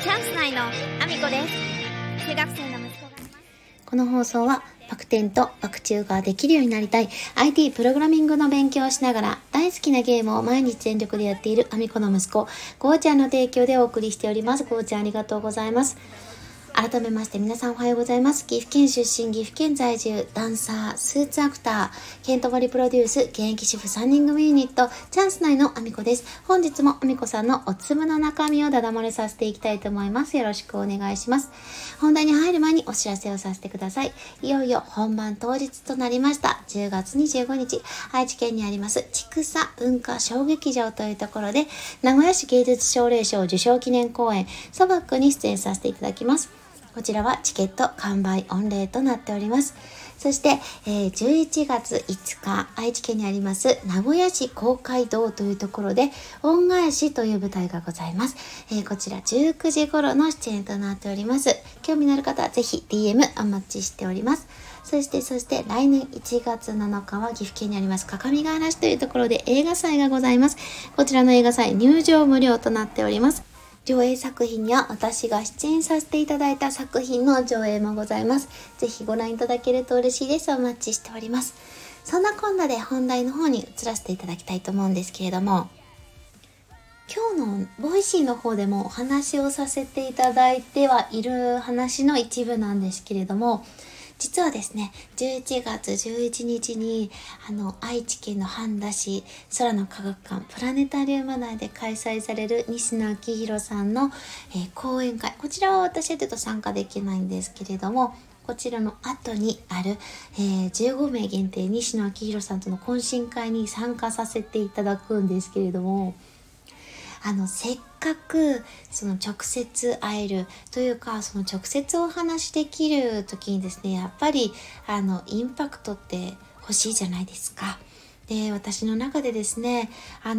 チャンス内のアミコです。中学生の息子がこの放送はバク転とバク宙ができるようになりたい IT プログラミングの勉強をしながら大好きなゲームを毎日全力でやっているアミコの息子ゴーちゃんの提供でお送りしております。ゴーちゃんありがとうございます。改めまして皆さんおはようございます。岐阜県出身、岐阜県在住、ダンサー、スーツアクター、ケントモリプロデュース、現役主婦3人組ユニット、チャンス内のアミコです。本日もアミコさんのおつむの中身をダダ漏れさせていきたいと思います。よろしくお願いします。本題に入る前にお知らせをさせてください。いよいよ本番当日となりました。10月25日、愛知県にあります千種文化小劇場というところで、名古屋市芸術奨励賞受賞記念公演、サバックに出演させていただきます。こちらはチケット完売御礼となっております。そして、11月5日、愛知県にあります名古屋市公会堂というところで恩返しという舞台がございます。こちら19時頃の出演となっております。興味のある方はぜひ DM お待ちしております。そして来年1月7日は岐阜県にあります各務原市というところで映画祭がございます。こちらの映画祭入場無料となっております。上映作品には私が出演させていただいた作品の上映もございます。ぜひご覧いただけると嬉しいです。お待ちしております。そんなこんなで本題の方に移らせていただきたいと思うんですけれども、今日のボイシーの方でもお話をさせていただいてはいる話の一部なんですけれども、実はですね、11月11日に愛知県の半田市空の科学館プラネタリウム内で開催される西野昭弘さんの、講演会、こちらは私はちょっと参加できないんですけれども、こちらの後にある、15名限定西野昭弘さんとの懇親会に参加させていただくんですけれども、せっかくその直接会えるというか、その直接お話しできる時にですね、やっぱりインパクトって欲しいじゃないですか。で、私の中でですね、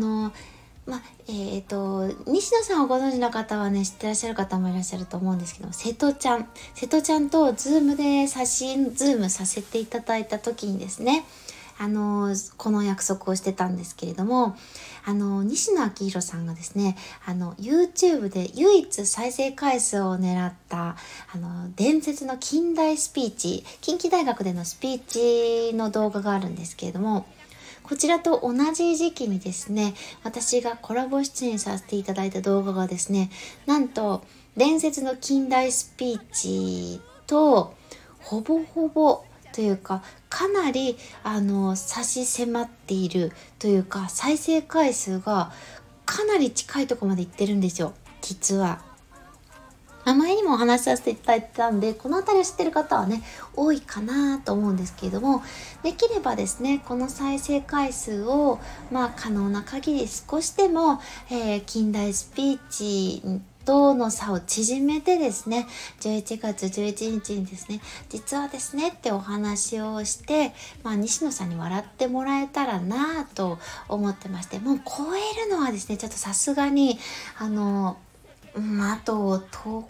西野さんをご存知の方はね、知ってらっしゃる方もいらっしゃると思うんですけど、瀬戸ちゃんとズームでズームさせていただいた時にですね、この約束をしてたんですけれども、西野昭弘さんがですね、YouTube で唯一再生回数を狙った伝説の近代スピーチ、近畿大学でのスピーチの動画があるんですけれども、こちらと同じ時期にですね、私がコラボ出演させていただいた動画がですね、なんと伝説の近代スピーチとほぼほぼというか、かなり差し迫っているというか、再生回数がかなり近いところまでいってるんですよ、実は。前にもお話しさせていただいたんで、この辺りを知ってる方はね、多いかなと思うんですけれども、できればですね、この再生回数を可能な限り少しでも、近代スピーチとの差を縮めてですね、11月11日にですね、実はですねってお話をして、西野さんに笑ってもらえたらなと思ってまして、もう超えるのはですね、ちょっとさすがにあと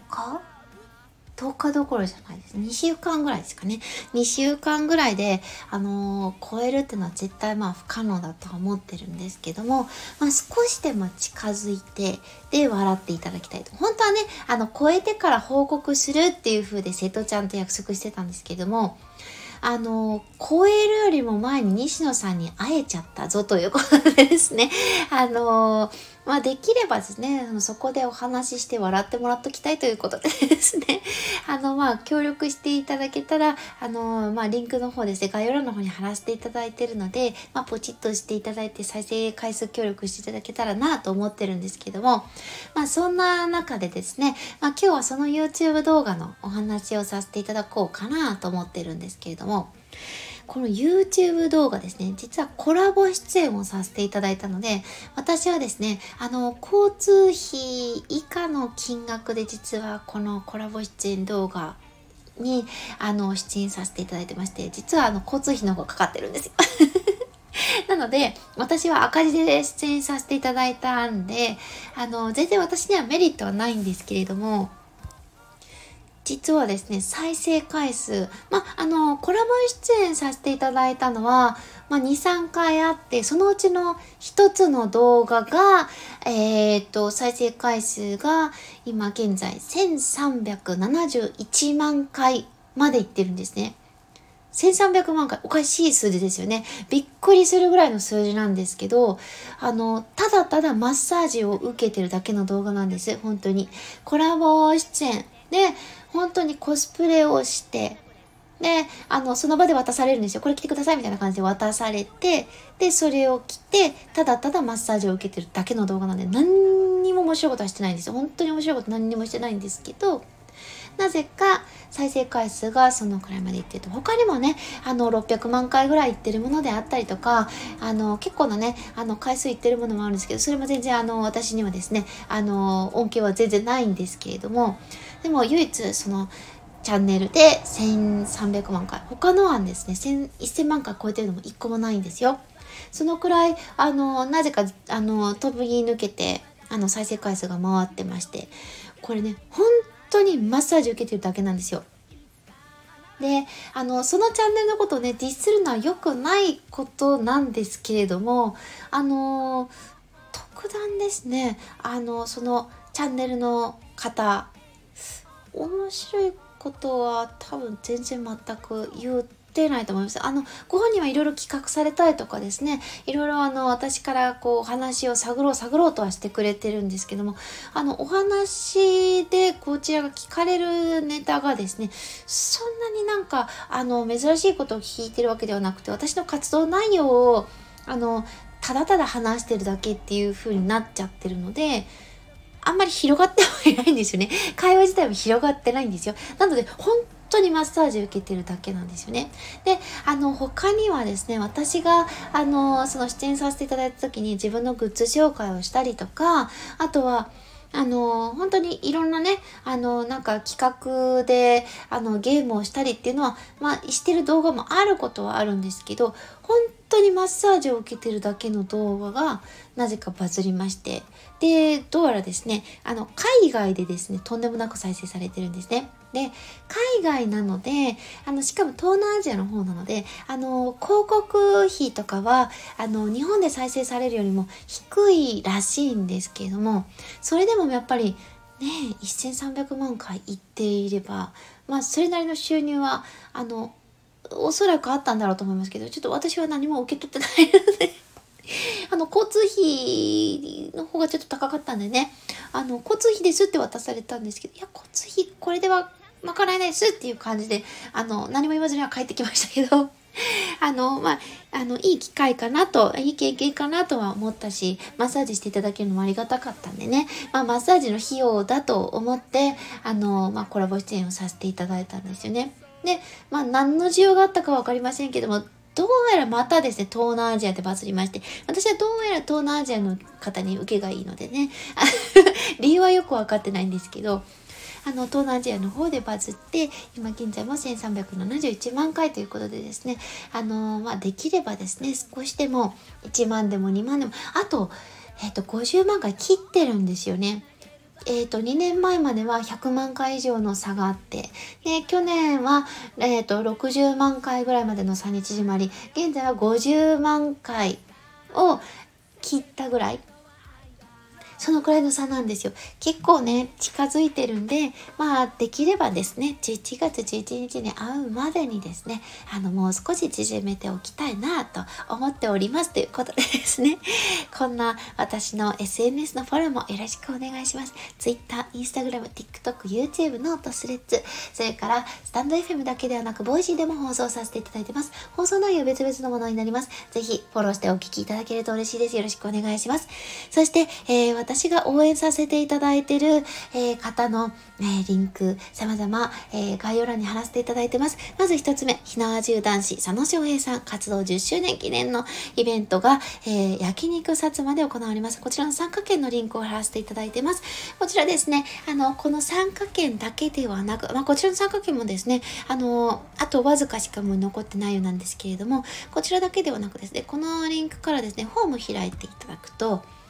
10日どころじゃないです。2週間ぐらいですかね。2週間ぐらいで、超えるっていうのは絶対不可能だとは思ってるんですけども、少しでも近づいて、で、笑っていただきたいと。本当はね、超えてから報告するっていう風で瀬戸ちゃんと約束してたんですけども、超えるよりも前に西野さんに会えちゃったぞということでですね、できればですね、そこでお話しして笑ってもらっときたいということでですね、協力していただけたら、リンクの方ですね、概要欄の方に貼らせていただいているので、ポチッとしていただいて再生回数協力していただけたらなと思ってるんですけども、そんな中でですね、今日はその YouTube 動画のお話をさせていただこうかなと思ってるんですけれども、この YouTube 動画ですね、実はコラボ出演をさせていただいたので、私はですね、交通費以下の金額で実はこのコラボ出演動画に出演させていただいてまして、実は交通費の方がかかってるんですよ。なので、私は赤字で出演させていただいたんで、全然私にはメリットはないんですけれども、実はですね、再生回数、コラボ出演させていただいたのは、 2、3回あって、そのうちの一つの動画が、再生回数が今現在1371万回までいってるんですね。1300万回、おかしい数字ですよね。びっくりするぐらいの数字なんですけど、ただただマッサージを受けてるだけの動画なんです。本当に。コラボ出演で、本当にコスプレをして、で、その場で渡されるんですよ。これ着てくださいみたいな感じで渡されて、で、それを着て、ただただマッサージを受けてるだけの動画なんで、何にも面白いことはしてないんですよ。本当に面白いこと何にもしてないんですけど、なぜか再生回数がそのくらいまでいってると、他にもね、600万回ぐらいいってるものであったりとか、結構なね、回数いってるものもあるんですけど、それも全然私にはですね、恩恵は全然ないんですけれども、でも唯一その、チャンネルで1300万回。他のはですね、1000万回超えてるのも一個もないんですよ。そのくらい、なぜか、飛び抜けて、再生回数が回ってまして、これね、本当にマッサージ受けてるだけなんですよ。で、そのチャンネルのことをね、ディスるのは良くないことなんですけれども、特段ですね、そのチャンネルの方、面白いことは多分全然全く言ってないと思います。ご本人はいろいろ企画されたりとかですね、いろいろ私からこう話を探ろうとはしてくれてるんですけども、お話でこちらが聞かれるネタがですね、そんなになんか珍しいことを聞いてるわけではなくて、私の活動内容をただただ話してるだけっていう風になっちゃってるので、あんまり広がってはいないんですよね。会話自体も広がってないんですよ。なので、本当にマッサージ受けてるだけなんですよね。で、他にはですね、私が、その出演させていただいた時に自分のグッズ紹介をしたりとか、あとは、本当にいろんなね、なんか企画で、ゲームをしたりっていうのは、してる動画もあることはあるんですけど、本当にマッサージを受けてるだけの動画が、なぜかバズりまして、で、どうやらですね、海外でですね、とんでもなく再生されてるんですね。で、海外なので、しかも東南アジアの方なので、広告費とかは、日本で再生されるよりも低いらしいんですけれども、それでもやっぱり、ね、1300万回いっていれば、それなりの収入は、おそらくあったんだろうと思いますけど、ちょっと私は何も受け取ってないので、交通費の方がちょっと高かったんでね、交通費ですって渡されたんですけど、いや、交通費これでは賄えないですっていう感じで、何も言わずには帰ってきましたけど、いい機会かなと、いい経験かなとは思ったし、マッサージしていただけるのもありがたかったんでね、マッサージの費用だと思って、コラボ出演をさせていただいたんですよね。で、何の需要があったかわかりませんけども、どうやらまたですね、東南アジアでバズりまして、私はどうやら東南アジアの方に受けがいいのでね、理由はよくわかってないんですけど、東南アジアの方でバズって、今現在も1371万回ということでですね、できればですね、少しでも1万でも2万でも、あと、50万回切ってるんですよね。2年前までは100万回以上の差があって、で、去年は、60万回ぐらいまでの差に縮まり、現在は50万回を切ったぐらい、そのくらいの差なんですよ。結構ね、近づいてるんで、できればですね、11月11日に会うまでにですね、もう少し縮めておきたいなと思っておりますということでですね、こんな私の SNS のフォローもよろしくお願いします。Twitter、Instagram、TikTok、YouTube ノート、スレッズ、それからスタンド FM だけではなく、ボイシーでも放送させていただいてます。放送内容別々のものになります。ぜひフォローしてお聞きいただけると嬉しいです。よろしくお願いします。そして、私が応援させていただいている、方の、リンク様々、概要欄に貼らせていただいてます。まず一つ目、火縄銃男子佐野翔平さん活動10周年記念のイベントが、焼肉薩摩で行われます。こちらの参加券のリンクを貼らせていただいてます。こちらですね、この参加券だけではなく、こちらの参加券もですね、あとわずかしかもう残ってないようなんですけれども、こちらだけではなくですね、このリンクからですね、フォーム開いていただくと、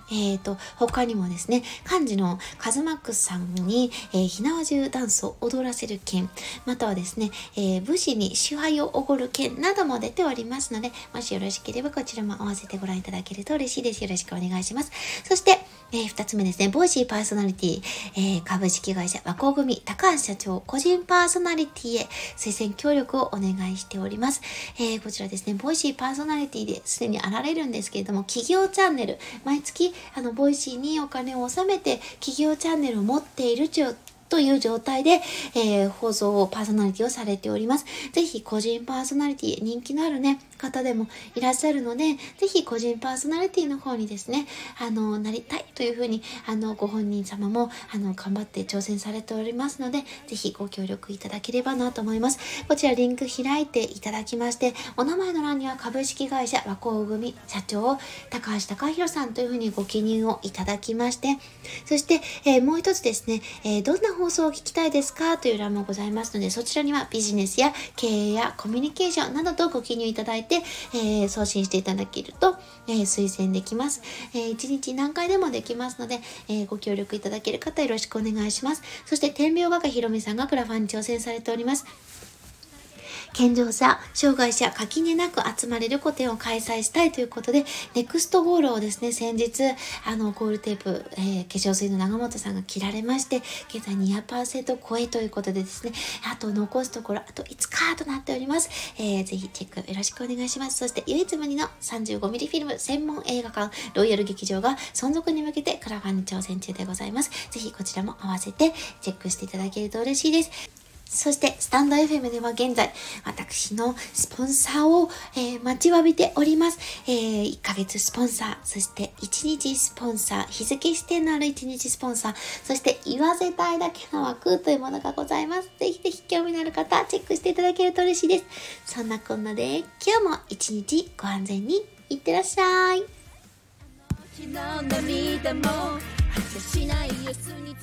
他にもですね、幹事のカズマックスさんに、火縄銃ダンスを踊らせる件、またはですね、武士に支配をおごる件なども出ておりますので、もしよろしければこちらも合わせてご覧いただけると嬉しいです。よろしくお願いします。そして、2つ目ですね、ボイシーパーソナリティ、株式会社和光組高橋社長個人パーソナリティへ推薦協力をお願いしております。こちらですね、ボイシーパーソナリティですでにあられるんですけれども、企業チャンネル、毎月ボイシーにお金を納めて企業チャンネルを持っているという状態で、放送パーソナリティをされております。ぜひ個人パーソナリティ、人気のあるね、方でもいらっしゃるので、ぜひ個人パーソナリティの方にですね、なりたいというふうに、ご本人様も、頑張って挑戦されておりますので、ぜひご協力いただければなと思います。こちらリンク開いていただきまして、お名前の欄には株式会社和光組社長、高橋貴弘さんというふうにご記入をいただきまして、そして、もう一つですね、どんな放送を聞きたいですかという欄もございますので、そちらにはビジネスや経営やコミュニケーションなどとご記入いただいて、送信していただけると、推薦できます。1日何回でもできますので、ご協力いただける方よろしくお願いします。そして天秤画家ひろみさんがクラファンに挑戦されております。健常者、障害者、垣根なく集まれる個展を開催したいということで、ネクストゴールをですね、先日、ゴールテープ、化粧水の長本さんが切られまして、現在 200% 超えということでですね、あと残すところ、あと5日となっております。ぜひチェックよろしくお願いします。そして、唯一無二の 35mm フィルム専門映画館、ロイヤル劇場が存続に向けてクラファンに挑戦中でございます。ぜひこちらも合わせてチェックしていただけると嬉しいです。そして、スタンド FM では現在、私のスポンサーを、待ちわびております。1ヶ月スポンサー、そして1日スポンサー、日付指定のある1日スポンサー、そして言わせたいだけの枠というものがございます。ぜひぜひ興味のある方、チェックしていただけると嬉しいです。そんなこんなで、今日も一日ご安全にいってらっしゃい。